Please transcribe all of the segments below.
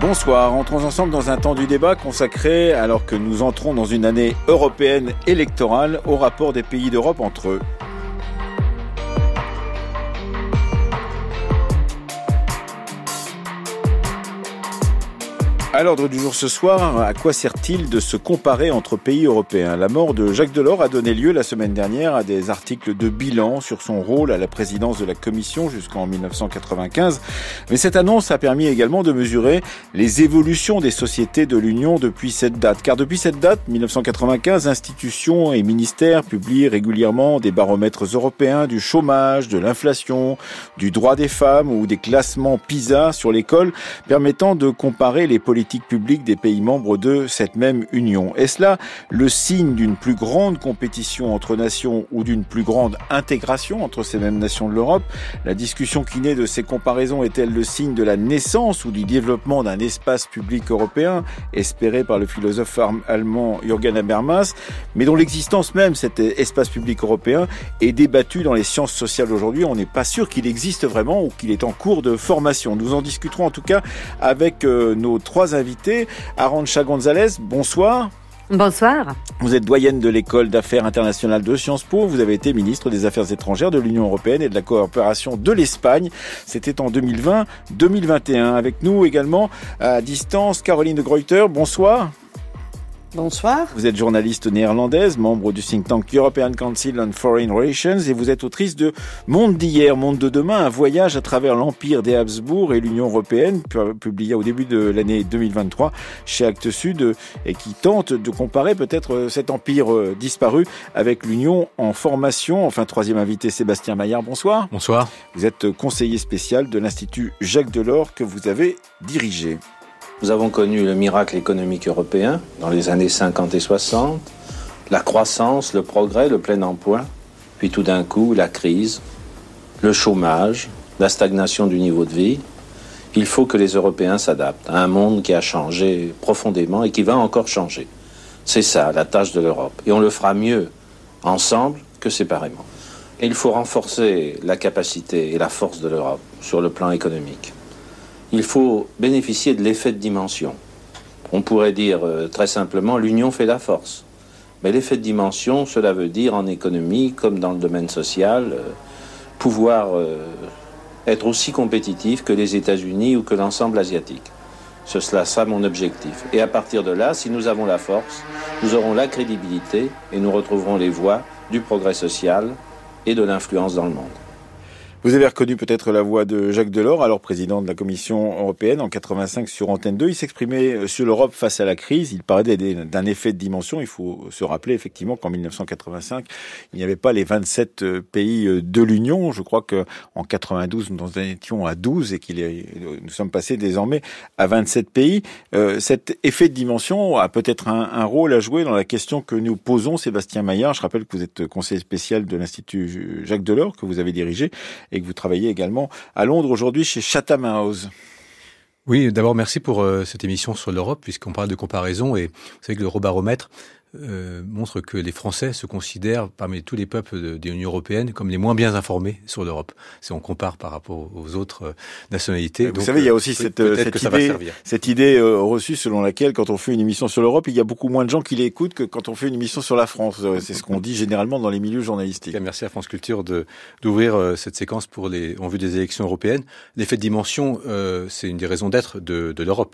Bonsoir, entrons ensemble dans un temps du débat consacré, alors que nous entrons dans une année européenne électorale, au rapport des pays d'Europe entre eux. À l'ordre du jour ce soir, à quoi sert-il de se comparer entre pays européens ? La mort de Jacques Delors a donné lieu la semaine dernière à des articles de bilan sur son rôle à la présidence de la Commission jusqu'en 1995. Mais cette annonce a permis également de mesurer les évolutions des sociétés de l'Union depuis cette date. Car depuis cette date, 1995, institutions et ministères publient régulièrement des baromètres européens du chômage, de l'inflation, du droit des femmes ou des classements PISA sur l'école permettant de comparer les politiques publiques des pays membres de cette même Union. Est-ce là le signe d'une plus grande compétition entre nations ou d'une plus grande intégration entre ces mêmes nations de l'Europe ? La discussion qui naît de ces comparaisons est-elle le signe de la naissance ou du développement d'un espace public européen, espéré par le philosophe allemand Jürgen Habermas, mais dont l'existence même, cet espace public européen, est débattue dans les sciences sociales aujourd'hui. On n'est pas sûr qu'il existe vraiment ou qu'il est en cours de formation. Nous en discuterons en tout cas avec nos trois invités. Arantxa González, bonsoir. Bonsoir. Vous êtes doyenne de l'école d'affaires internationales de Sciences Po. Vous avez été ministre des Affaires étrangères de l'Union européenne et de la coopération de l'Espagne. C'était en 2020-2021. Avec nous également à distance, Caroline de Gruyter. Bonsoir. Bonsoir. Vous êtes journaliste néerlandaise, membre du think tank European Council on Foreign Relations et vous êtes autrice de Monde d'hier, Monde de demain, un voyage à travers l'Empire des Habsbourg et l'Union européenne, publié au début de l'année 2023 chez Actes Sud et qui tente de comparer peut-être cet empire disparu avec l'Union en formation. Enfin, troisième invité, Sébastien Maillard, bonsoir. Bonsoir. Vous êtes conseiller spécial de l'Institut Jacques Delors que vous avez dirigé. Nous avons connu le miracle économique européen dans les années 50 et 60, la croissance, le progrès, le plein emploi, puis tout d'un coup la crise, le chômage, la stagnation du niveau de vie. Il faut que les Européens s'adaptent à un monde qui a changé profondément et qui va encore changer. C'est ça la tâche de l'Europe. Et on le fera mieux ensemble que séparément. Et il faut renforcer la capacité et la force de l'Europe sur le plan économique. Il faut bénéficier de l'effet de dimension. On pourrait dire très simplement, l'union fait la force. Mais l'effet de dimension, cela veut dire en économie, comme dans le domaine social, pouvoir être aussi compétitif que les États-Unis ou que l'ensemble asiatique. Ce sera mon objectif. Et à partir de là, si nous avons la force, nous aurons la crédibilité et nous retrouverons les voies du progrès social et de l'influence dans le monde. Vous avez reconnu peut-être la voix de Jacques Delors, alors président de la Commission européenne en 85 sur Antenne 2. Il s'exprimait sur l'Europe face à la crise. Il parlait d'un effet de dimension. Il faut se rappeler effectivement qu'en 1985, il n'y avait pas les 27 pays de l'Union. Je crois qu'en 92, nous en étions à 12 et nous sommes passés désormais à 27 pays. Cet effet de dimension a peut-être un rôle à jouer dans la question que nous posons, Sébastien Maillard. Je rappelle que vous êtes conseiller spécial de l'Institut Jacques Delors, que vous avez dirigé, et que vous travaillez également à Londres aujourd'hui chez Chatham House. Oui, d'abord merci pour cette émission sur l'Europe, puisqu'on parle de comparaison, et vous savez que l'Eurobaromètre montre que les Français se considèrent parmi tous les peuples de l'Union européenne comme les moins bien informés sur l'Europe. Si on compare par rapport aux autres nationalités. Vous savez, il y a aussi cette idée reçue selon laquelle quand on fait une émission sur l'Europe, il y a beaucoup moins de gens qui l'écoutent que quand on fait une émission sur la France. C'est ce qu'on dit généralement dans les milieux journalistiques. Merci à France Culture d'ouvrir cette séquence en vue des élections européennes. L'effet de dimension, c'est une des raisons d'être de l'Europe.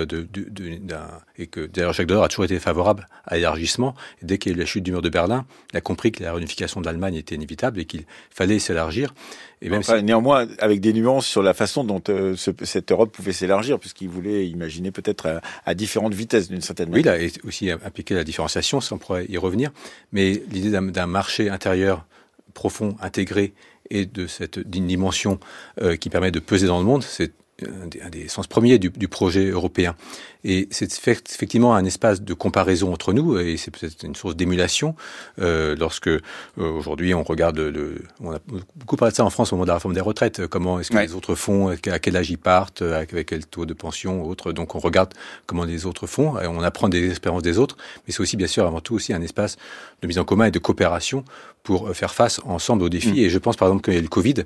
Et que d'ailleurs Jacques Delors a toujours été favorable à l'élargissement. Et dès qu'il y a eu la chute du mur de Berlin, il a compris que la réunification de l'Allemagne était inévitable et qu'il fallait s'élargir. Et même néanmoins, avec des nuances sur la façon dont cette Europe pouvait s'élargir, puisqu'il voulait imaginer peut-être à différentes vitesses d'une certaine manière. Oui, il a aussi appliqué la différenciation, ça on pourrait y revenir. Mais l'idée d'un marché intérieur profond, intégré, et d'une dimension qui permet de peser dans le monde, c'est un des sens premiers du projet européen. Et c'est effectivement un espace de comparaison entre nous, et c'est peut-être une source d'émulation lorsque aujourd'hui on regarde on a beaucoup parlé de ça en France au moment de la réforme des retraites. Comment est-ce que les autres font, à quel âge ils partent, avec quel taux de pension ou autre. Donc on regarde comment les autres font, et on apprend des expériences des autres, mais c'est aussi bien sûr avant tout aussi un espace de mise en commun et de coopération pour faire face ensemble aux défis. Et je pense par exemple qu'il y a le Covid,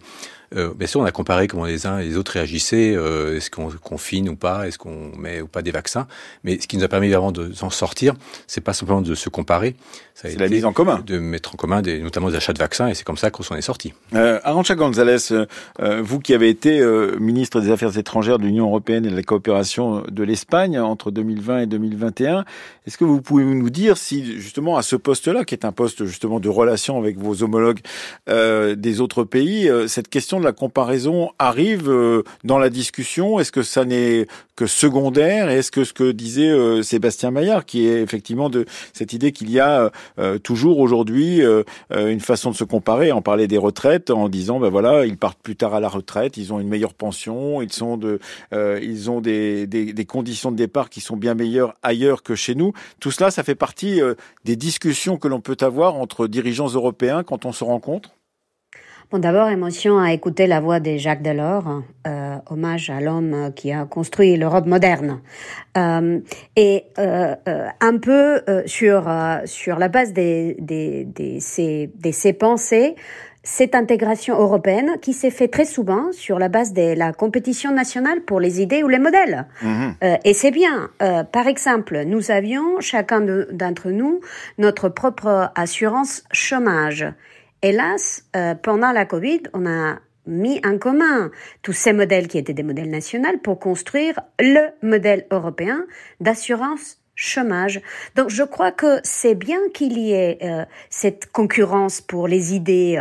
Bien sûr, on a comparé comment les uns et les autres réagissaient, est-ce qu'on confine ou pas, est-ce qu'on met ou pas des vaccins. Mais ce qui nous a permis vraiment de s'en sortir, c'est pas simplement de se comparer, c'est la mise en commun. De mettre en commun notamment des achats de vaccins, et c'est comme ça qu'on s'en est sorti. Arantxa González, vous qui avez été ministre des Affaires étrangères de l'Union européenne et de la coopération de l'Espagne entre 2020 et 2021, est-ce que vous pouvez nous dire si justement à ce poste-là, qui est un poste justement de relation avec vos homologues des autres pays, cette question de la comparaison arrive dans la discussion? Est-ce que ça n'est que secondaire? Et est-ce que ce que disait Sébastien Maillard, qui est effectivement de cette idée qu'il y a toujours aujourd'hui une façon de se comparer, en parler des retraites, en disant ben voilà, ils partent plus tard à la retraite, ils ont une meilleure pension, ils ont des conditions de départ qui sont bien meilleures ailleurs que chez nous. Tout cela, ça fait partie des discussions que l'on peut avoir entre dirigeants européens quand on se rencontre. Bon, d'abord, émotion à écouter la voix de Jacques Delors, hommage à l'homme qui a construit l'Europe moderne. Et un peu sur la base de ses pensées, cette intégration européenne qui s'est fait très souvent sur la base de la compétition nationale pour les idées ou les modèles. Et c'est bien. Par exemple, nous avions, chacun d'entre nous, notre propre assurance chômage. Hélas, pendant la Covid, on a mis en commun tous ces modèles qui étaient des modèles nationaux pour construire le modèle européen d'assurance chômage. Donc, je crois que c'est bien qu'il y ait cette concurrence pour les idées,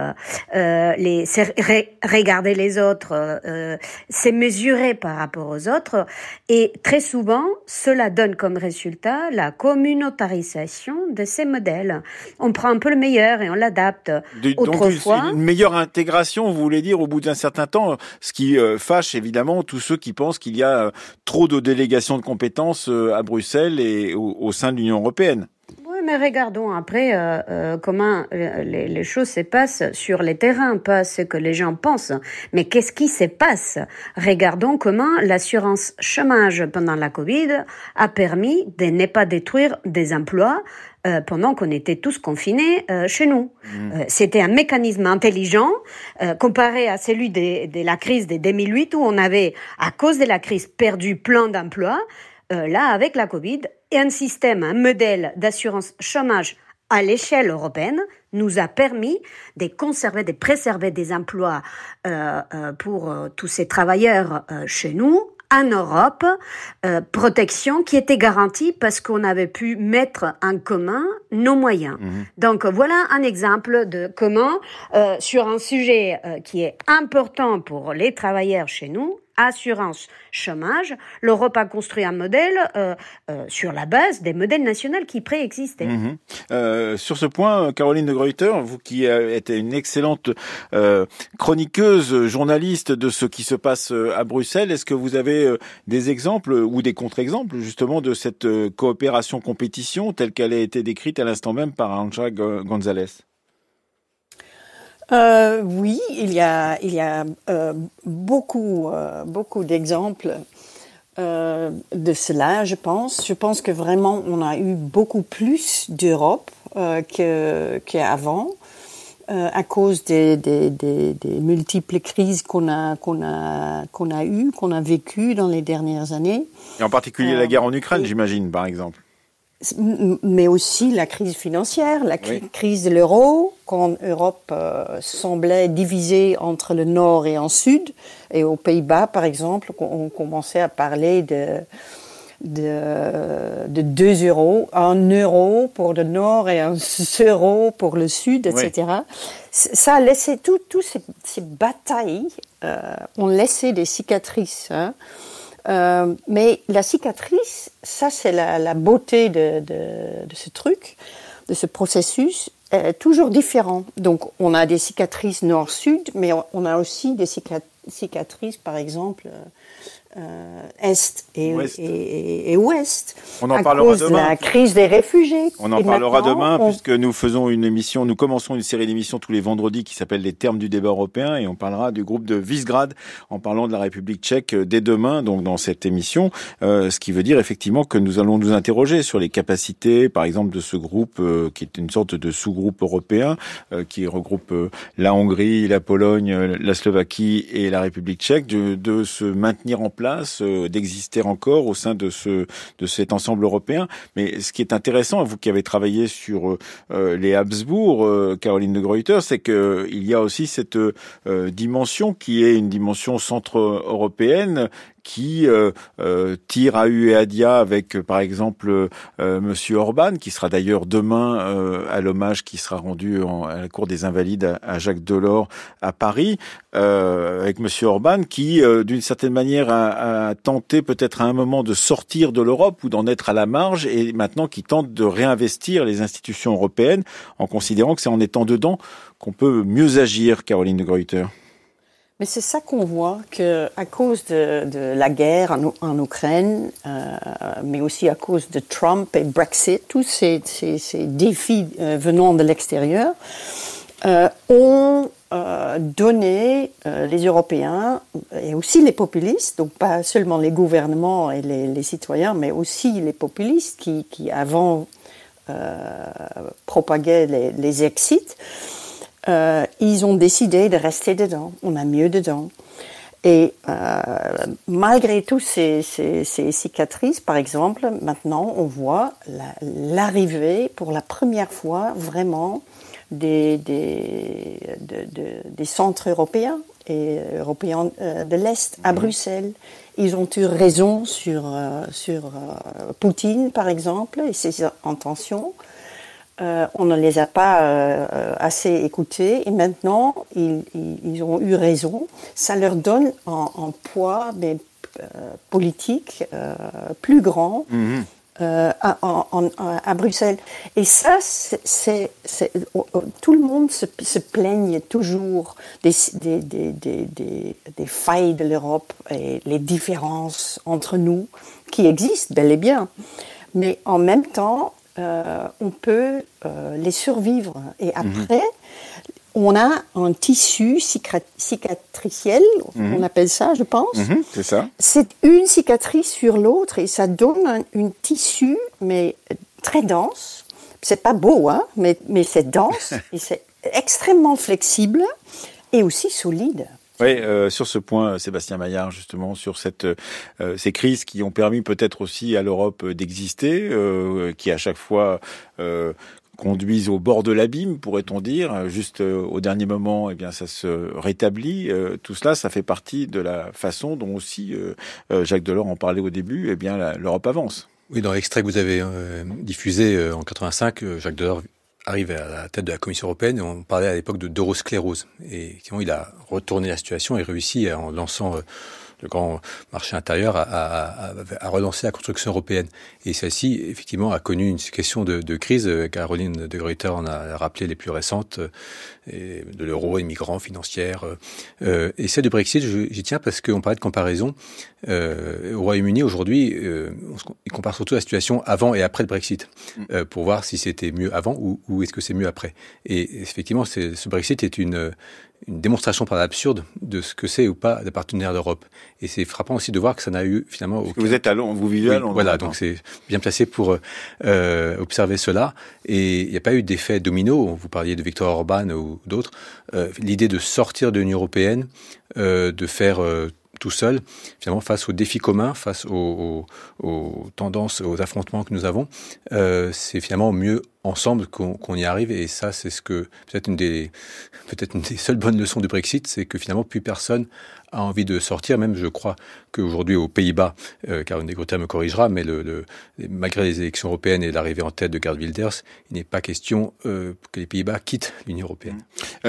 regarder les autres, c'est mesurer par rapport aux autres. Et très souvent, cela donne comme résultat la communautarisation de ces modèles. On prend un peu le meilleur et on l'adapte. Autrefois, donc, une meilleure intégration, vous voulez dire, au bout d'un certain temps, ce qui fâche évidemment tous ceux qui pensent qu'il y a trop de délégations de compétences à Bruxelles et au sein de l'Union européenne. Oui, mais regardons après comment les choses se passent sur les terrains, pas ce que les gens pensent, mais qu'est-ce qui se passe. Regardons comment l'assurance chômage pendant la Covid a permis de ne pas détruire des emplois pendant qu'on était tous confinés chez nous. C'était un mécanisme intelligent comparé à celui de la crise de 2008 où on avait, à cause de la crise, perdu plein d'emplois. Là, avec la Covid, un système, un modèle d'assurance chômage à l'échelle européenne nous a permis de conserver, de préserver des emplois pour tous ces travailleurs chez nous, en Europe, protection qui était garantie parce qu'on avait pu mettre en commun nos moyens. Donc voilà un exemple de comment, sur un sujet qui est important pour les travailleurs chez nous, assurance chômage, l'Europe a construit un modèle sur la base des modèles nationaux qui préexistaient. Sur ce point, Caroline de Gruyter, vous qui êtes une excellente chroniqueuse, journaliste de ce qui se passe à Bruxelles, est-ce que vous avez des exemples ou des contre-exemples justement de cette coopération-compétition telle qu'elle a été décrite à l'instant même par Arantxa González? Oui, il y a beaucoup d'exemples de cela, je pense. Je pense que vraiment on a eu beaucoup plus d'Europe qu'avant à cause des multiples crises qu'on a vécues dans les dernières années. Et en particulier la guerre en Ukraine, j'imagine, par exemple. Mais aussi la crise financière, la crise de l'euro, quand l'Europe semblait divisée entre le nord et le sud. Et aux Pays-Bas, par exemple, on commençait à parler de 2 euros, 1 euro pour le nord et 1 euro pour le sud, etc. Ça a laissé toutes ces batailles, ont laissé des cicatrices, hein. Mais la cicatrice, ça c'est la beauté de ce truc, de ce processus, toujours différent. Donc on a des cicatrices nord-sud, mais on a aussi des cicatrices, par exemple, Est et Ouest, On en à parlera cause demain. de la crise des réfugiés. On en Et parlera maintenant, demain, puisque nous commençons une série d'émissions tous les vendredis qui s'appelle Les termes du débat européen, et on parlera du groupe de Visegrad en parlant de la République tchèque dès demain, donc dans cette émission, ce qui veut dire effectivement que nous allons nous interroger sur les capacités, par exemple, de ce groupe qui est une sorte de sous-groupe européen qui regroupe la Hongrie, la Pologne, la Slovaquie et la République tchèque, de se maintenir en place, d'exister encore au sein de cet ensemble européen. Mais ce qui est intéressant, vous qui avez travaillé sur les Habsbourg, Caroline de Gruyter, c'est que il y a aussi cette dimension qui est une dimension centre-européenne qui tire à hu et à dia avec, par exemple, Monsieur Orban, qui sera d'ailleurs demain à l'hommage qui sera rendu à la Cour des Invalides à Jacques Delors à Paris, avec Monsieur Orban, qui, d'une certaine manière, a tenté peut-être à un moment de sortir de l'Europe ou d'en être à la marge, et maintenant qui tente de réinvestir les institutions européennes en considérant que c'est en étant dedans qu'on peut mieux agir, Caroline de Gruyter. Mais c'est ça qu'on voit, que à cause de la guerre en Ukraine, mais aussi à cause de Trump et Brexit, tous ces défis venant de l'extérieur, ont donné les Européens et aussi les populistes, donc pas seulement les gouvernements et les citoyens, mais aussi les populistes qui avant propagaient les exits. Ils ont décidé de rester dedans. On a mieux dedans. Et malgré tous ces cicatrices, par exemple, maintenant on voit l'arrivée pour la première fois vraiment des centres européens et européens de l'Est à Bruxelles. Ils ont eu raison sur Poutine, par exemple, et ses intentions. On ne les a pas assez écoutés et maintenant ils ont eu raison. Ça leur donne un poids politique plus grand à Bruxelles. Et ça, tout le monde se plaigne toujours des failles de l'Europe et les différences entre nous qui existent bel et bien. Mais en même temps, on peut les survivre. Et après, on a un tissu cicatriciel, on appelle ça, je pense. C'est ça. C'est une cicatrice sur l'autre et ça donne un tissu, mais très dense. C'est pas beau, hein, mais c'est dense et c'est extrêmement flexible et aussi solide. Oui, sur ce point, Sébastien Maillard, justement, sur ces crises qui ont permis peut-être aussi à l'Europe d'exister, qui à chaque fois conduisent au bord de l'abîme, pourrait-on dire, juste au dernier moment, eh bien, ça se rétablit. Tout cela, ça fait partie de la façon dont aussi Jacques Delors en parlait au début. Eh bien, l'Europe avance. Oui, dans l'extrait que vous avez diffusé en 85, Jacques Delors arrive à la tête de la Commission européenne et on parlait à l'époque d'eurosclérose. Et effectivement, il a retourné la situation et réussi en lançant le grand marché intérieur à relancer la construction européenne. Et celle-ci, effectivement, a connu une question de crise. Caroline de Gruyter en a rappelé les plus récentes, de l'euro, les migrants, financières. Et celle du Brexit, j'y tiens parce qu'on parlait de comparaison. Au Royaume-Uni, aujourd'hui, il compare surtout la situation avant et après le Brexit, pour voir si c'était mieux avant ou est-ce que c'est mieux après. Et effectivement, ce Brexit est une démonstration par l'absurde de ce que c'est ou pas des partenaires d'Europe. Et c'est frappant aussi de voir que ça n'a eu finalement aucun... Vous êtes à Londres, vous vivez à Londres. Voilà, donc c'est bien placé pour observer cela. Et il n'y a pas eu d'effet domino. Vous parliez de Viktor Orban ou d'autres. L'idée de sortir de l'Union européenne, de faire tout seul, finalement, face aux défis communs, face aux tendances, aux affrontements que nous avons, c'est finalement mieux ensemble qu'on y arrive. Et ça, c'est ce que peut-être une des seules bonnes leçons du Brexit, c'est que finalement plus personne a envie de sortir. Même, je crois qu'aujourd'hui aux Pays-Bas, Caroline de Gruyter me corrigera, mais malgré les élections européennes et l'arrivée en tête de Geert Wilders, il n'est pas question que les Pays-Bas quittent l'Union européenne.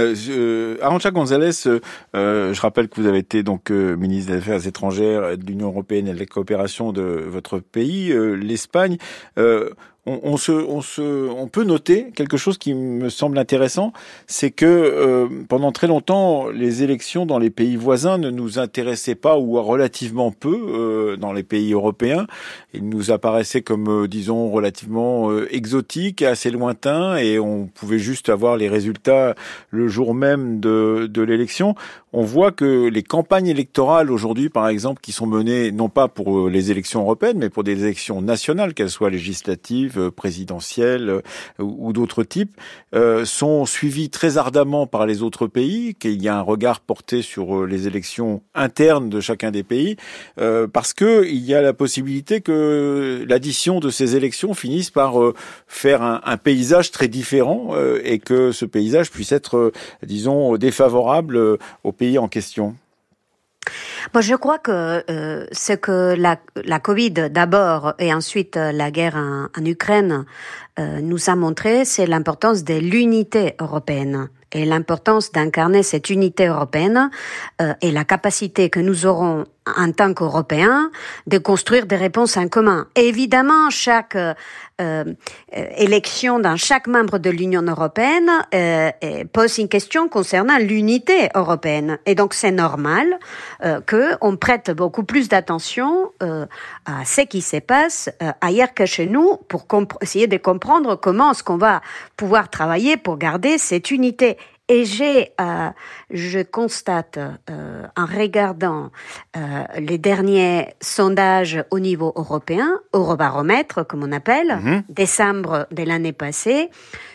Arantxa González, je rappelle que vous avez été donc ministre des Affaires étrangères de l'Union européenne et de la coopération de votre pays, l'Espagne. on peut noter quelque chose qui me semble intéressant, c'est que pendant très longtemps, les élections dans les pays voisins ne nous intéressaient pas ou relativement peu dans les pays européens. Ils nous apparaissaient comme, disons, relativement exotiques, assez lointains, et on pouvait juste avoir les résultats le jour même de l'élection. On voit que les campagnes électorales aujourd'hui, par exemple, qui sont menées non pas pour les élections européennes, mais pour des élections nationales, qu'elles soient législatives, présidentielles ou d'autres types, sont suivies très ardemment par les autres pays, qu'il y a un regard porté sur les élections internes de chacun des pays, parce que il y a la possibilité que l'addition de ces élections finisse par faire un paysage très différent et que ce paysage puisse être, disons, défavorable au pays en question. Bon, je crois que ce que la Covid d'abord et ensuite la guerre en Ukraine nous a montré, c'est l'importance de l'unité européenne et l'importance d'incarner cette unité européenne et la capacité que nous aurons en tant qu'Européens de construire des réponses en commun. Et évidemment, chaque élection dans chaque membre de l'Union européenne pose une question concernant l'unité européenne. Et donc, c'est normal qu'on prête beaucoup plus d'attention à ce qui se passe ailleurs que chez nous pour essayer de comprendre comment est-ce qu'on va pouvoir travailler pour garder cette unité. Et je constate, en regardant les derniers sondages au niveau européen, Eurobaromètre, comme on appelle, décembre de l'année passée,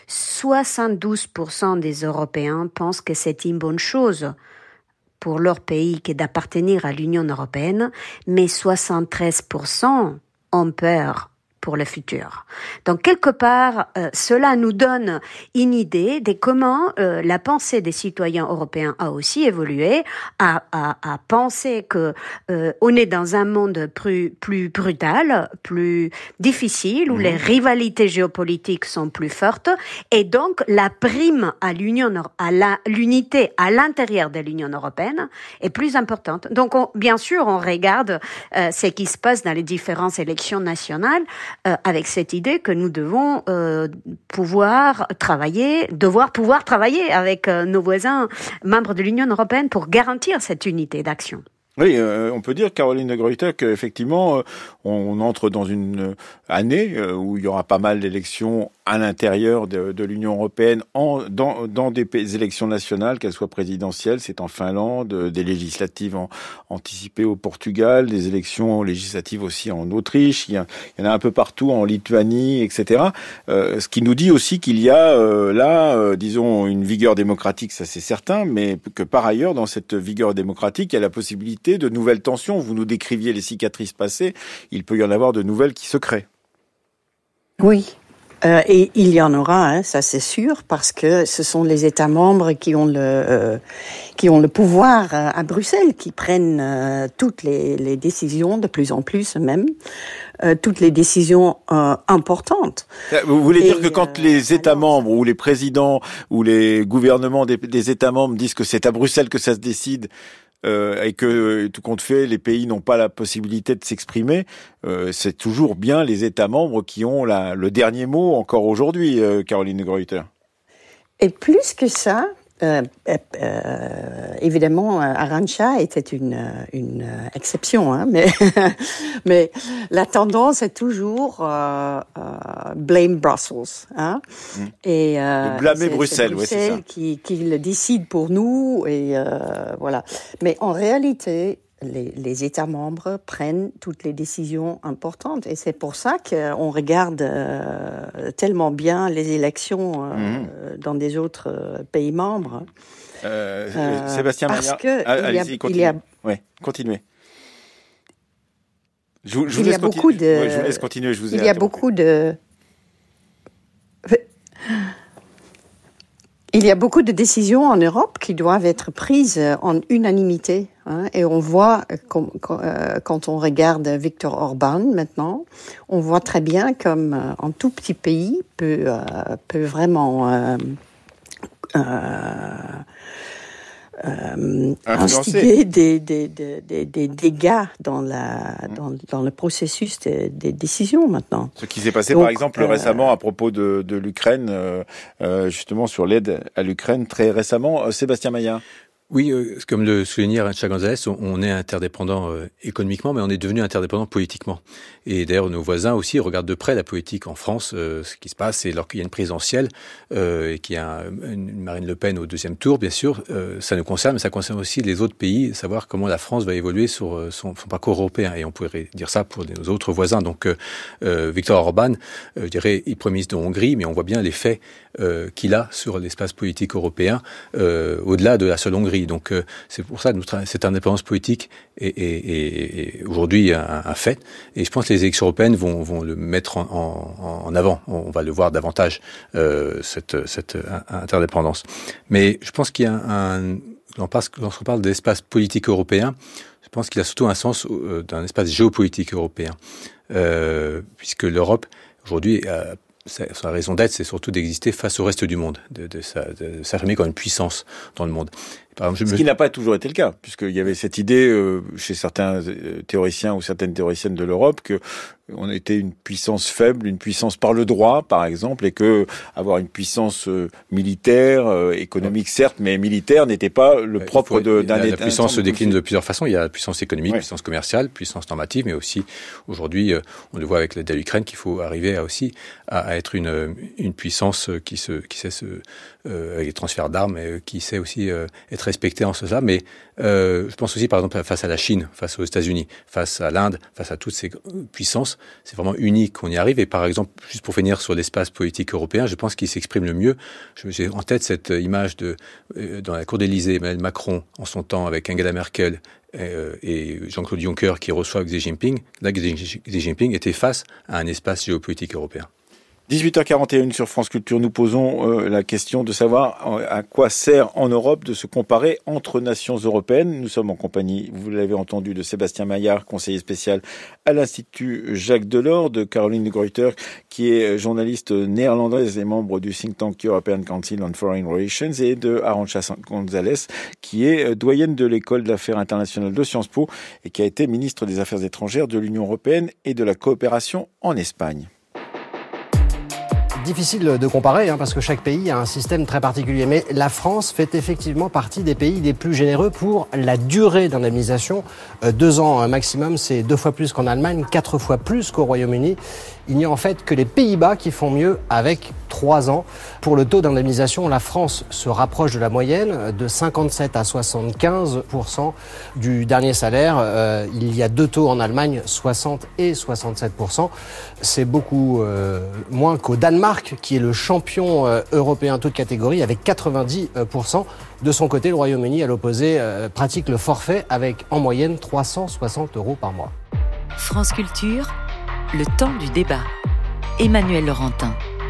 72% des Européens pensent que c'est une bonne chose pour leur pays que d'appartenir à l'Union européenne, mais 73% ont peur pour le futur. Donc, quelque part, cela nous donne une idée de comment la pensée des citoyens européens a aussi évolué, à penser que on est dans un monde plus brutal, plus difficile, où les rivalités géopolitiques sont plus fortes, et donc la prime à l'unité à l'intérieur de l'Union européenne est plus importante. Donc, bien sûr, on regarde ce qui se passe dans les différentes élections nationales, avec cette idée que nous devons pouvoir travailler avec nos voisins membres de l'Union européenne pour garantir cette unité d'action. Oui, on peut dire, Caroline de Gruyter, qu'effectivement, on entre dans une année où il y aura pas mal d'élections à l'intérieur de l'Union européenne, dans des élections nationales, qu'elles soient présidentielles, c'est en Finlande, des législatives anticipées au Portugal, des élections législatives aussi en Autriche, il y en a un peu partout, en Lituanie, etc. Ce qui nous dit aussi qu'il y a disons, une vigueur démocratique, ça c'est certain, mais que par ailleurs, dans cette vigueur démocratique, il y a la possibilité de nouvelles tensions. Vous nous décriviez les cicatrices passées, il peut y en avoir de nouvelles qui se créent. Oui, et il y en aura, ça c'est sûr, parce que ce sont les États membres qui ont le pouvoir à Bruxelles, qui prennent toutes les décisions, de plus en plus même, toutes les décisions importantes. Vous voulez dire que quand les États membres ou les présidents ou les gouvernements des États membres disent que c'est à Bruxelles que ça se décide, et que tout compte fait, les pays n'ont pas la possibilité de s'exprimer, c'est toujours bien les États membres qui ont le dernier mot encore aujourd'hui, Caroline de Gruyter. Et plus que ça, évidemment, Arantxa était une exception, hein, mais la tendance est toujours blame Brussels, hein, et blâmer Bruxelles, oui, c'est ça, qui le décide pour nous, et voilà. Mais en réalité, les États membres prennent toutes les décisions importantes, et c'est pour ça qu'on regarde tellement bien les élections dans des autres pays membres. Sébastien Maillard, allez-y, continuez. Ouais, continuez. Je vous laisse continuer. Je vous ai il y a beaucoup de... Il y a beaucoup de décisions en Europe qui doivent être prises en unanimité. Hein, et on voit, quand on regarde Viktor Orban maintenant, on voit très bien comme un tout petit pays peut vraiment instiguer des dégâts dans le processus des décisions maintenant. Ce qui s'est passé par exemple récemment à propos de l'Ukraine, justement sur l'aide à l'Ukraine très récemment. Sébastien Maillard. Oui, comme le soulignait Arantxa González, on est interdépendant économiquement, mais on est devenu interdépendant politiquement. Et d'ailleurs, nos voisins aussi regardent de près la politique en France. Ce qui se passe, c'est lorsqu'il y a une présidentielle et qu'il y a une Marine Le Pen au deuxième tour, bien sûr, ça nous concerne, mais ça concerne aussi les autres pays, savoir comment la France va évoluer sur son parcours européen. Et on pourrait dire ça pour nos autres voisins. Donc, Viktor Orban, je dirais, il Premier ministre de Hongrie, mais on voit bien les faits qu'il a sur l'espace politique européen, au-delà de la seule Hongrie. Donc c'est pour ça que cette indépendance politique est aujourd'hui un fait. Et je pense que les élections européennes vont le mettre en avant. On va le voir davantage, cette interdépendance. Mais je pense qu'il y a lorsqu'on parle de l'espace politique européen, je pense qu'il a surtout un sens d'un espace géopolitique européen. Puisque l'Europe, aujourd'hui, sa raison d'être, c'est surtout d'exister face au reste du monde, de s'affirmer comme une puissance dans le monde. Par exemple, Ce qui n'a pas toujours été le cas, puisqu'il y avait cette idée chez certains théoriciens ou certaines théoriciennes de l'Europe que on était une puissance faible, une puissance par le droit, par exemple, et que avoir une puissance militaire, économique certes, mais militaire n'était pas le propre d'un État. La puissance se décline de plusieurs façons. Il y a la puissance économique, puissance commerciale, puissance normative, mais aussi aujourd'hui, on le voit avec l'aide à l'Ukraine, qu'il faut arriver à être une puissance qui sait avec les transferts d'armes, qui sait aussi être respectée en cela. Mais je pense aussi, par exemple, face à la Chine, face aux États-Unis, face à l'Inde, face à toutes ces puissances, c'est vraiment unique qu'on y arrive. Et par exemple, juste pour finir sur l'espace politique européen, je pense qu'il s'exprime le mieux. J'ai en tête cette image dans la cour d'Élysée, Emmanuel Macron, en son temps, avec Angela Merkel et Jean-Claude Juncker qui reçoivent Xi Jinping. Là, Xi Jinping était face à un espace géopolitique européen. 18h41 sur France Culture, nous posons la question de savoir à quoi sert en Europe de se comparer entre nations européennes. Nous sommes en compagnie, vous l'avez entendu, de Sébastien Maillard, conseiller spécial à l'Institut Jacques Delors, de Caroline de Gruyter, qui est journaliste néerlandaise et membre du think tank European Council on Foreign Relations, et de Arantxa González, qui est doyenne de l'école d'affaires internationales de Sciences Po et qui a été ministre des Affaires étrangères de l'Union européenne et de la coopération en Espagne. Difficile de comparer parce que chaque pays a un système très particulier. Mais la France fait effectivement partie des pays les plus généreux pour la durée d'indemnisation. 2 ans maximum, c'est 2 fois plus qu'en Allemagne, 4 fois plus qu'au Royaume-Uni. Il n'y a en fait que les Pays-Bas qui font mieux avec 3 ans. Pour le taux d'indemnisation, la France se rapproche de la moyenne, de 57 à 75% du dernier salaire. Il y a 2 taux en Allemagne, 60 et 67%. C'est beaucoup moins qu'au Danemark, qui est le champion européen toute catégorie, avec 90%. De son côté, le Royaume-Uni, à l'opposé, pratique le forfait avec en moyenne 360 € par mois. France Culture, le temps du débat. Emmanuel Laurentin.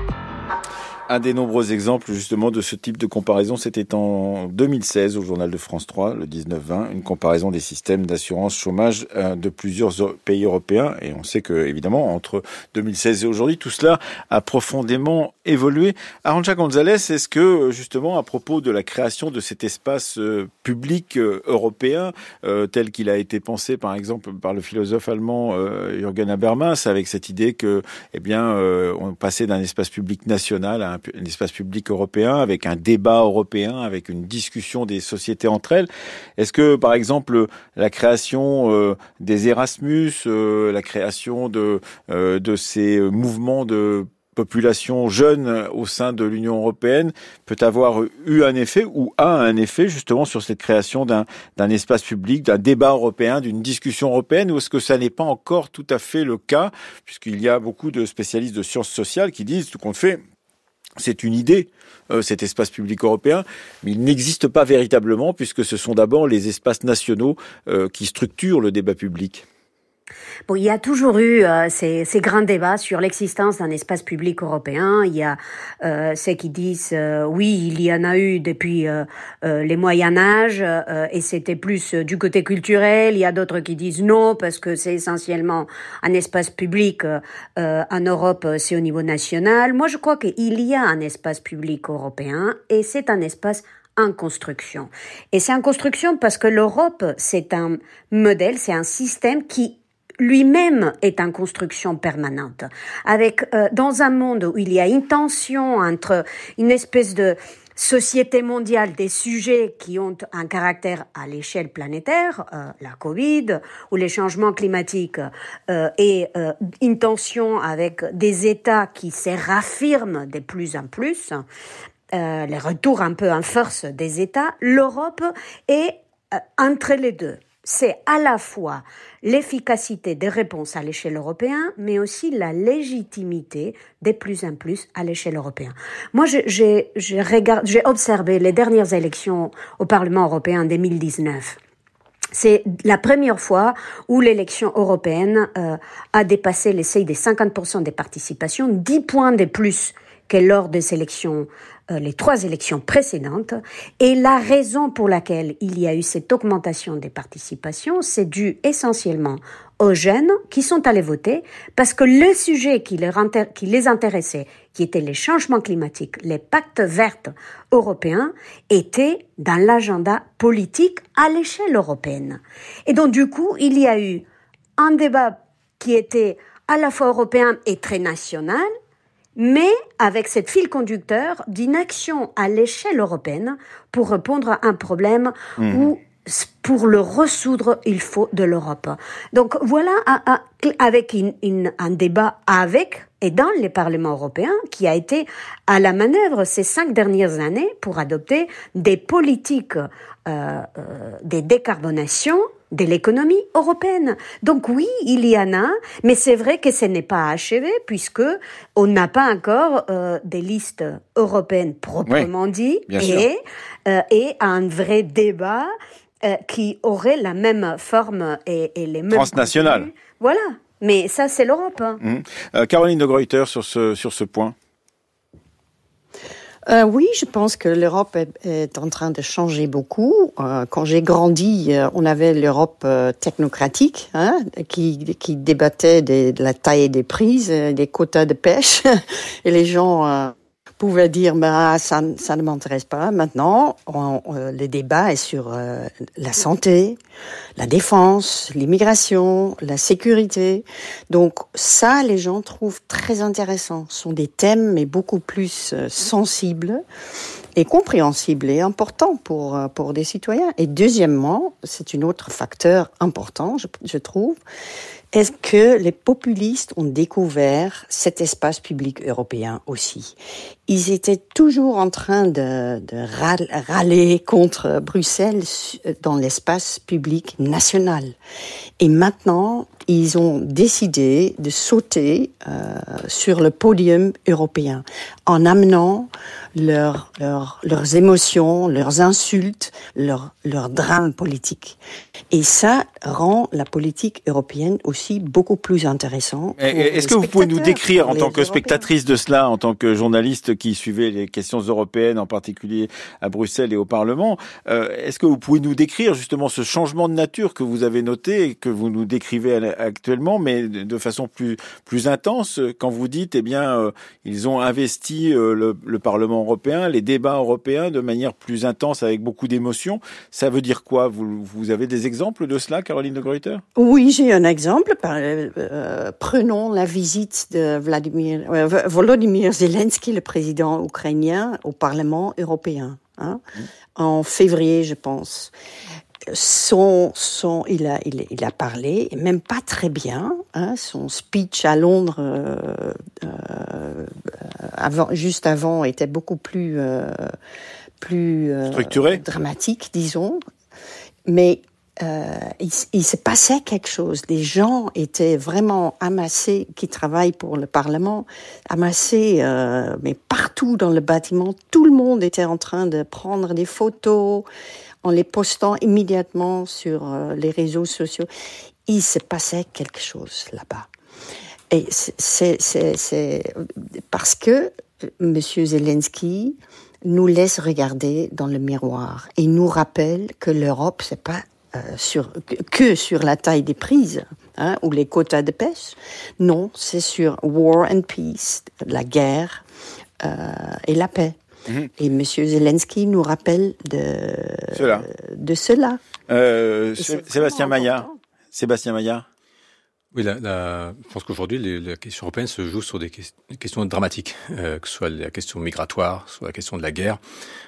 Un des nombreux exemples justement de ce type de comparaison, c'était en 2016 au journal de France 3, le 19-20, une comparaison des systèmes d'assurance chômage de plusieurs pays européens. Et on sait que, évidemment, entre 2016 et aujourd'hui, tout cela a profondément évolué. Arantxa González, est-ce que, justement, à propos de la création de cet espace public européen, tel qu'il a été pensé, par exemple, par le philosophe allemand Jürgen Habermas, avec cette idée que, on passait d'un espace public national à un espace public européen, avec un débat européen, avec une discussion des sociétés entre elles. Est-ce que, par exemple, la création des Erasmus, la création de ces mouvements de population jeune au sein de l'Union européenne peut avoir eu un effet ou a un effet justement sur cette création d'un espace public, d'un débat européen, d'une discussion européenne, ou est-ce que ça n'est pas encore tout à fait le cas, puisqu'il y a beaucoup de spécialistes de sciences sociales qui disent tout compte fait, c'est une idée, cet espace public européen, mais il n'existe pas véritablement puisque ce sont d'abord les espaces nationaux qui structurent le débat public. Bon, il y a toujours eu ces grands débats sur l'existence d'un espace public européen. Il y a ceux qui disent oui, il y en a eu depuis les Moyen Âge et c'était plus du côté culturel. Il y a d'autres qui disent non parce que c'est essentiellement un espace public en Europe, c'est au niveau national. Moi, je crois qu'il y a un espace public européen et c'est un espace en construction. Et c'est en construction parce que l'Europe, c'est un modèle, c'est un système qui lui-même est en construction permanente. Dans un monde où il y a une tension entre une espèce de société mondiale des sujets qui ont un caractère à l'échelle planétaire, la Covid ou les changements climatiques, et une tension avec des États qui se raffirment de plus en plus, les retours un peu en force des États, l'Europe est entre les deux. C'est à la fois l'efficacité des réponses à l'échelle européenne, mais aussi la légitimité de plus en plus à l'échelle européenne. Moi, j'ai observé les dernières élections au Parlement européen en 2019. C'est la première fois où l'élection européenne a dépassé les seuils des 50% des participations, 10 points de plus que lors des élections, les 3 élections précédentes. Et la raison pour laquelle il y a eu cette augmentation des participations, c'est dû essentiellement aux jeunes qui sont allés voter, parce que le sujet qui les intéressait, qui était les changements climatiques, les pactes verts européens, était dans l'agenda politique à l'échelle européenne. Et donc, du coup, il y a eu un débat qui était à la fois européen et très national, mais avec cette fil conducteur d'une action à l'échelle européenne pour répondre à un problème où, pour le résoudre, il faut de l'Europe. Donc voilà, avec un débat avec et dans les parlements européens qui a été à la manœuvre ces 5 dernières années pour adopter des politiques de décarbonation de l'économie européenne. Donc oui, il y en a, mais c'est vrai que ce n'est pas achevé puisque on n'a pas encore des listes européennes proprement dit et un vrai débat qui aurait la même forme et les mêmes transnational. Contenus. Voilà, mais ça c'est l'Europe. Caroline de Gruyter sur ce point. Oui, je pense que l'Europe est en train de changer beaucoup. Quand j'ai grandi, on avait l'Europe technocratique, qui débattait de la taille des prises, des quotas de pêche, et les gens pouvaient dire ça ne m'intéresse pas. Maintenant, le débat est sur la santé, la défense, l'immigration, la sécurité. Donc ça, les gens trouvent très intéressant. Ce sont des thèmes mais beaucoup plus sensibles et compréhensibles et importants pour des citoyens. Et deuxièmement, c'est un autre facteur important, je trouve. Est-ce que les populistes ont découvert cet espace public européen aussi? Ils étaient toujours en train de râler contre Bruxelles dans l'espace public national. Et maintenant, ils ont décidé de sauter sur le podium européen en amenant leurs émotions, leurs insultes, leurs drames politiques. Et ça rend la politique européenne aussi beaucoup plus intéressante. Est-ce que vous pouvez nous décrire, en tant que spectatrice de cela, en tant que journaliste qui suivait les questions européennes, en particulier à Bruxelles et au Parlement, est-ce que vous pouvez nous décrire justement ce changement de nature que vous avez noté et que vous nous décrivez actuellement, mais de façon plus intense, quand vous dites, ils ont investi le Parlement européen, les débats européens de manière plus intense, avec beaucoup d'émotions. Ça veut dire quoi? Vous avez des exemples de cela, Caroline de Gruyter? Oui, j'ai un exemple. Prenons la visite de Volodymyr Zelensky, le président ukrainien, au Parlement européen, en février, je pense. Il a parlé, même pas très bien. Son speech à Londres, juste avant, était beaucoup plus structuré, dramatique, disons. Mais il se passait quelque chose. Les gens étaient vraiment amassés, qui travaillent pour le Parlement, amassés, mais partout dans le bâtiment. Tout le monde était en train de prendre des photos en les postant immédiatement sur les réseaux sociaux. Il se passait quelque chose là-bas. Et c'est parce que M. Zelensky nous laisse regarder dans le miroir et nous rappelle que l'Europe, c'est pas que sur la taille des prises ou les quotas de pêche. Non, c'est sur war and peace, la guerre et la paix. Et M. Zelensky nous rappelle de cela. Sébastien Maillard. Oui, je pense qu'aujourd'hui, la question européenne se joue sur des questions dramatiques, que ce soit la question migratoire, soit la question de la guerre.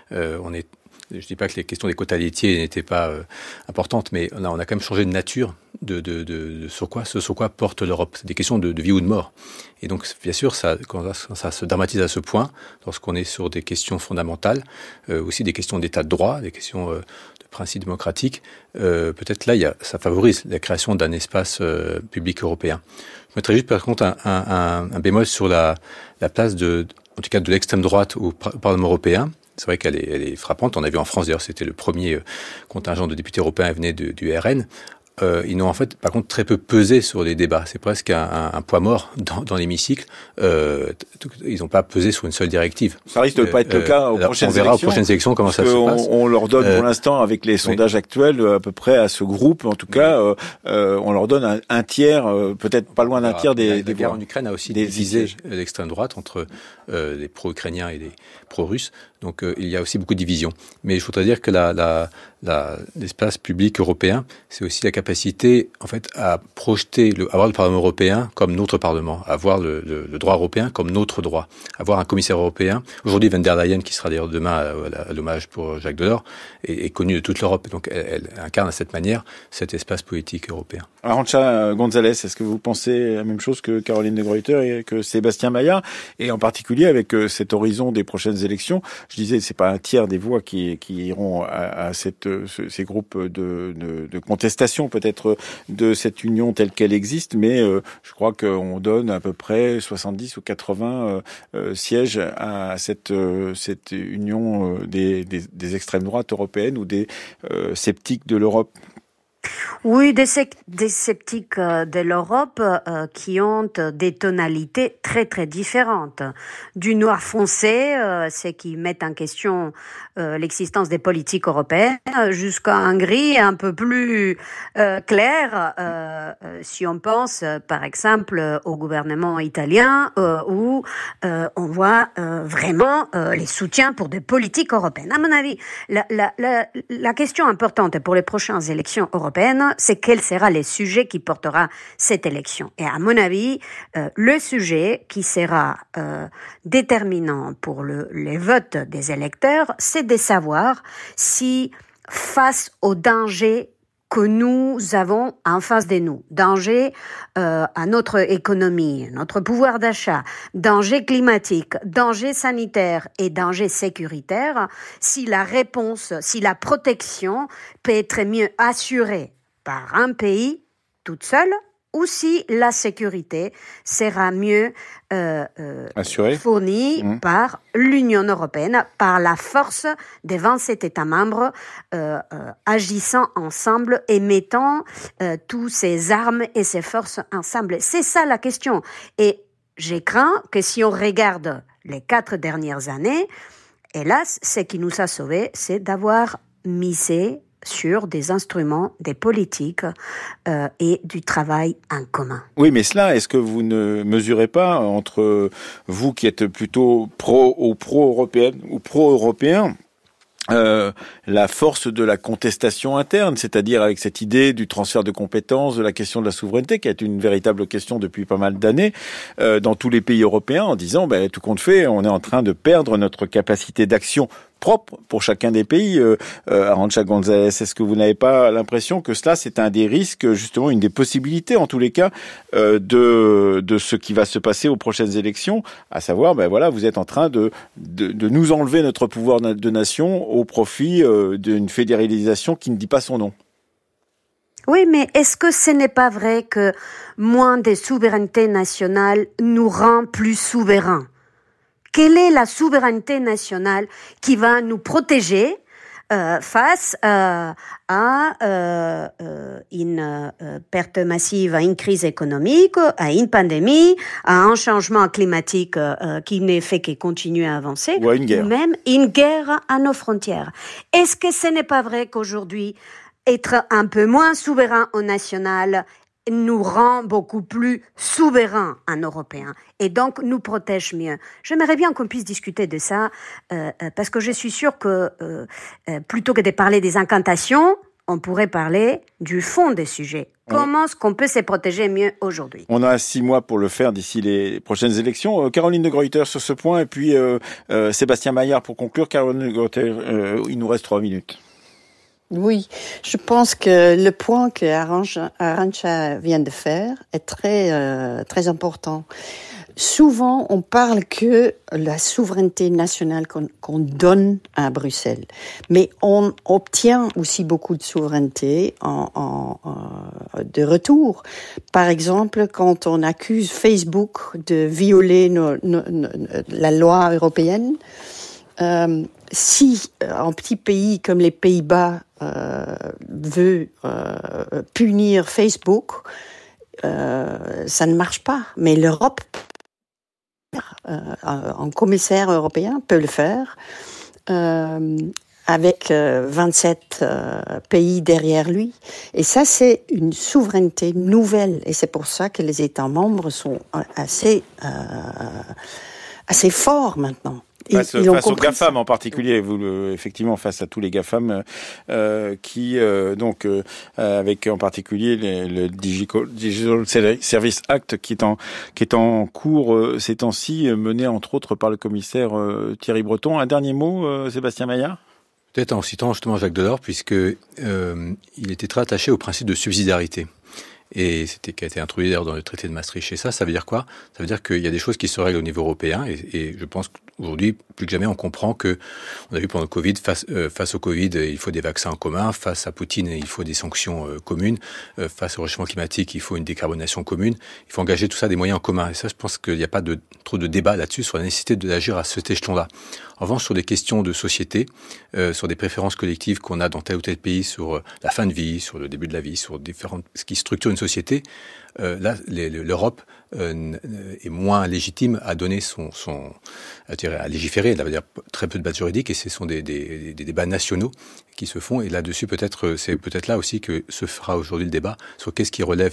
Je dis pas que les questions des quotas laitiers n'étaient pas importantes, mais on a quand même changé de nature sur quoi porte l'Europe. C'est des questions de vie ou de mort. Et donc, bien sûr, quand ça se dramatise à ce point, lorsqu'on est sur des questions fondamentales, aussi des questions d'état de droit, des questions de principes démocratiques, peut-être là, ça favorise la création d'un espace public européen. Je mettrais juste par contre un bémol sur la place en tout cas de l'extrême droite au Parlement européen. C'est vrai qu'elle est frappante. On a vu en France, d'ailleurs, c'était le premier contingent de députés européens venait du RN. Ils n'ont en fait, par contre, très peu pesé sur les débats. C'est presque un poids mort dans l'hémicycle. Ils n'ont pas pesé sur une seule directive. Ça risque de pas être le cas aux prochaines élections. On verra aux prochaines élections comment ça se passe. On leur donne pour l'instant, avec les sondages actuels, à peu près à ce groupe, en tout cas, on leur donne un tiers, peut-être pas loin d'un tiers des La guerre en Ukraine a aussi divisé l'extrême droite entre les pro-ukrainiens et les pro-russes. Donc il y a aussi beaucoup de divisions. Mais je voudrais dire que l'espace public européen, c'est aussi la capacité, en fait, à projeter, avoir le Parlement européen comme notre Parlement, avoir le droit européen comme notre droit, avoir un commissaire européen. Aujourd'hui, von der Leyen, qui sera d'ailleurs demain à l'hommage pour Jacques Delors, est connue de toute l'Europe. Donc elle incarne à cette manière cet espace politique européen. Arantxa González, est-ce que vous pensez la même chose que Caroline de Gruyter et que Sébastien Maillard, et en particulier avec cet horizon des prochaines élections? Je disais, c'est pas un tiers des voix qui iront à ces groupes de contestation peut-être de cette union telle qu'elle existe, mais je crois qu'on donne à peu près 70 ou 80 sièges à cette union des extrêmes droites européennes ou des sceptiques de l'Europe. Oui, des sceptiques de l'Europe qui ont des tonalités très très différentes. Du noir foncé, c'est qui mettent en question l'existence des politiques européennes, jusqu'à un gris un peu plus clair, si on pense par exemple au gouvernement italien où on voit vraiment les soutiens pour des politiques européennes. À mon avis, la question importante pour les prochaines élections européennes, c'est quel sera le sujet qui portera cette élection. Et à mon avis, le sujet qui sera déterminant pour les votes des électeurs, c'est de savoir si, face au danger que nous avons en face de nous, danger à notre économie, notre pouvoir d'achat, danger climatique, danger sanitaire et danger sécuritaire, si la réponse, si la protection peut être mieux assurée par un pays toute seule, ou si la sécurité sera mieux fournie par l'Union européenne, par la force des 27 États membres agissant ensemble et mettant tous ces armes et ces forces ensemble. C'est ça la question. Et j'ai craint que si on regarde les 4 dernières années, hélas, ce qui nous a sauvés, c'est d'avoir misé sur des instruments, des politiques et du travail en commun. Oui, mais cela, est-ce que vous ne mesurez pas entre vous qui êtes plutôt pro-européenne ou pro-européen la force de la contestation interne, c'est-à-dire avec cette idée du transfert de compétences, de la question de la souveraineté, qui est une véritable question depuis pas mal d'années dans tous les pays européens, en disant, tout compte fait, on est en train de perdre notre capacité d'action propre pour chacun des pays. Arantxa González, est-ce que vous n'avez pas l'impression que cela, c'est un des risques, justement, une des possibilités, en tous les cas, de ce qui va se passer aux prochaines élections, à savoir, vous êtes en train de nous enlever notre pouvoir de nation au profit d'une fédéralisation qui ne dit pas son nom. Oui, mais est-ce que ce n'est pas vrai que moins de souveraineté nationale nous rend plus souverains? Quelle est la souveraineté nationale qui va nous protéger face à une perte massive, à une crise économique, à une pandémie, à un changement climatique qui ne fait que continuer à avancer, ou à une guerre. Ou même une guerre à nos frontières? Est-ce que ce n'est pas vrai qu'aujourd'hui, être un peu moins souverain au national nous rend beaucoup plus souverains en Européens et donc nous protège mieux. J'aimerais bien qu'on puisse discuter de ça parce que je suis sûre que plutôt que de parler des incantations, on pourrait parler du fond des sujets. Comment est-ce qu'on peut se protéger mieux aujourd'hui? On a 6 mois pour le faire d'ici les prochaines élections. Caroline de Gruyter sur ce point et puis Sébastien Maillard pour conclure. Caroline de Gruyter, il nous reste 3 minutes. Oui, je pense que le point que Arantxa vient de faire est très important. Souvent, on parle que la souveraineté nationale qu'on donne à Bruxelles, mais on obtient aussi beaucoup de souveraineté de retour. Par exemple, quand on accuse Facebook de violer la loi européenne, si un petit pays comme les Pays-Bas veut punir Facebook, ça ne marche pas. Mais l'Europe, un commissaire européen peut le faire avec 27 pays derrière lui. Et ça, c'est une souveraineté nouvelle. Et c'est pour ça que les États membres sont assez forts maintenant. Face aux GAFAM en particulier, effectivement face à tous les GAFAM qui avec en particulier le Digital Service Act qui est en cours ces temps-ci, mené entre autres par le commissaire Thierry Breton. Un dernier mot, Sébastien Maillard? Peut-être en citant justement Jacques Delors, puisque il était très attaché au principe de subsidiarité. Et qui a été introduit d'ailleurs dans le traité de Maastricht. Et ça veut dire quoi? Ça veut dire qu'il y a des choses qui se règlent au niveau européen. Et je pense qu'aujourd'hui, plus que jamais, on comprend que, on a vu pendant le Covid, face au Covid, il faut des vaccins en commun. Face à Poutine, il faut des sanctions communes. Face au réchauffement climatique, il faut une décarbonation commune. Il faut engager tout ça des moyens en commun. Et ça, je pense qu'il n'y a pas trop de débat là-dessus sur la nécessité d'agir à cet échelon-là. En revanche, sur des questions de société, sur des préférences collectives qu'on a dans tel ou tel pays, sur la fin de vie, sur le début de la vie, sur ce qui structure une société, là, l'Europe est moins légitime à donner à légiférer. Elle va dire très peu de bases juridiques et ce sont des débats nationaux qui se font. Et là-dessus, c'est peut-être là aussi que se fera aujourd'hui le débat sur qu'est-ce qui relève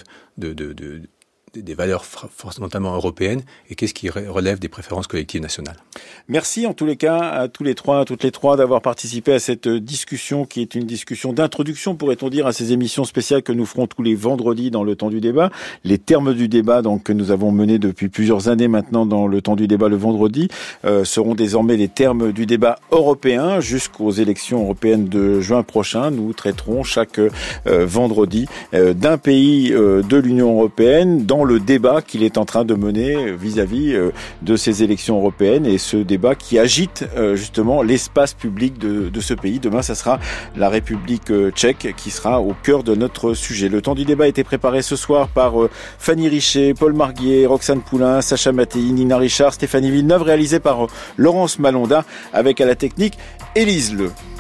des valeurs fondamentalement européennes et qu'est-ce qui relève des préférences collectives nationales. Merci en tous les cas à toutes les trois d'avoir participé à cette discussion qui est une discussion d'introduction, pourrait-on dire, à ces émissions spéciales que nous ferons tous les vendredis dans le temps du débat. Les termes du débat donc que nous avons menés depuis plusieurs années maintenant dans le temps du débat le vendredi seront désormais les termes du débat européen jusqu'aux élections européennes de juin prochain. Nous traiterons chaque vendredi d'un pays de l'Union européenne dans le débat qu'il est en train de mener vis-à-vis de ces élections européennes et ce débat qui agite justement l'espace public de ce pays. Demain, ça sera la République tchèque qui sera au cœur de notre sujet. Le temps du débat a été préparé ce soir par Fanny Richet, Paul Marguier, Roxane Poulain, Sacha Mattei, Nina Richard, Stéphanie Villeneuve, réalisé par Laurence Malonda avec à la technique Élise Le.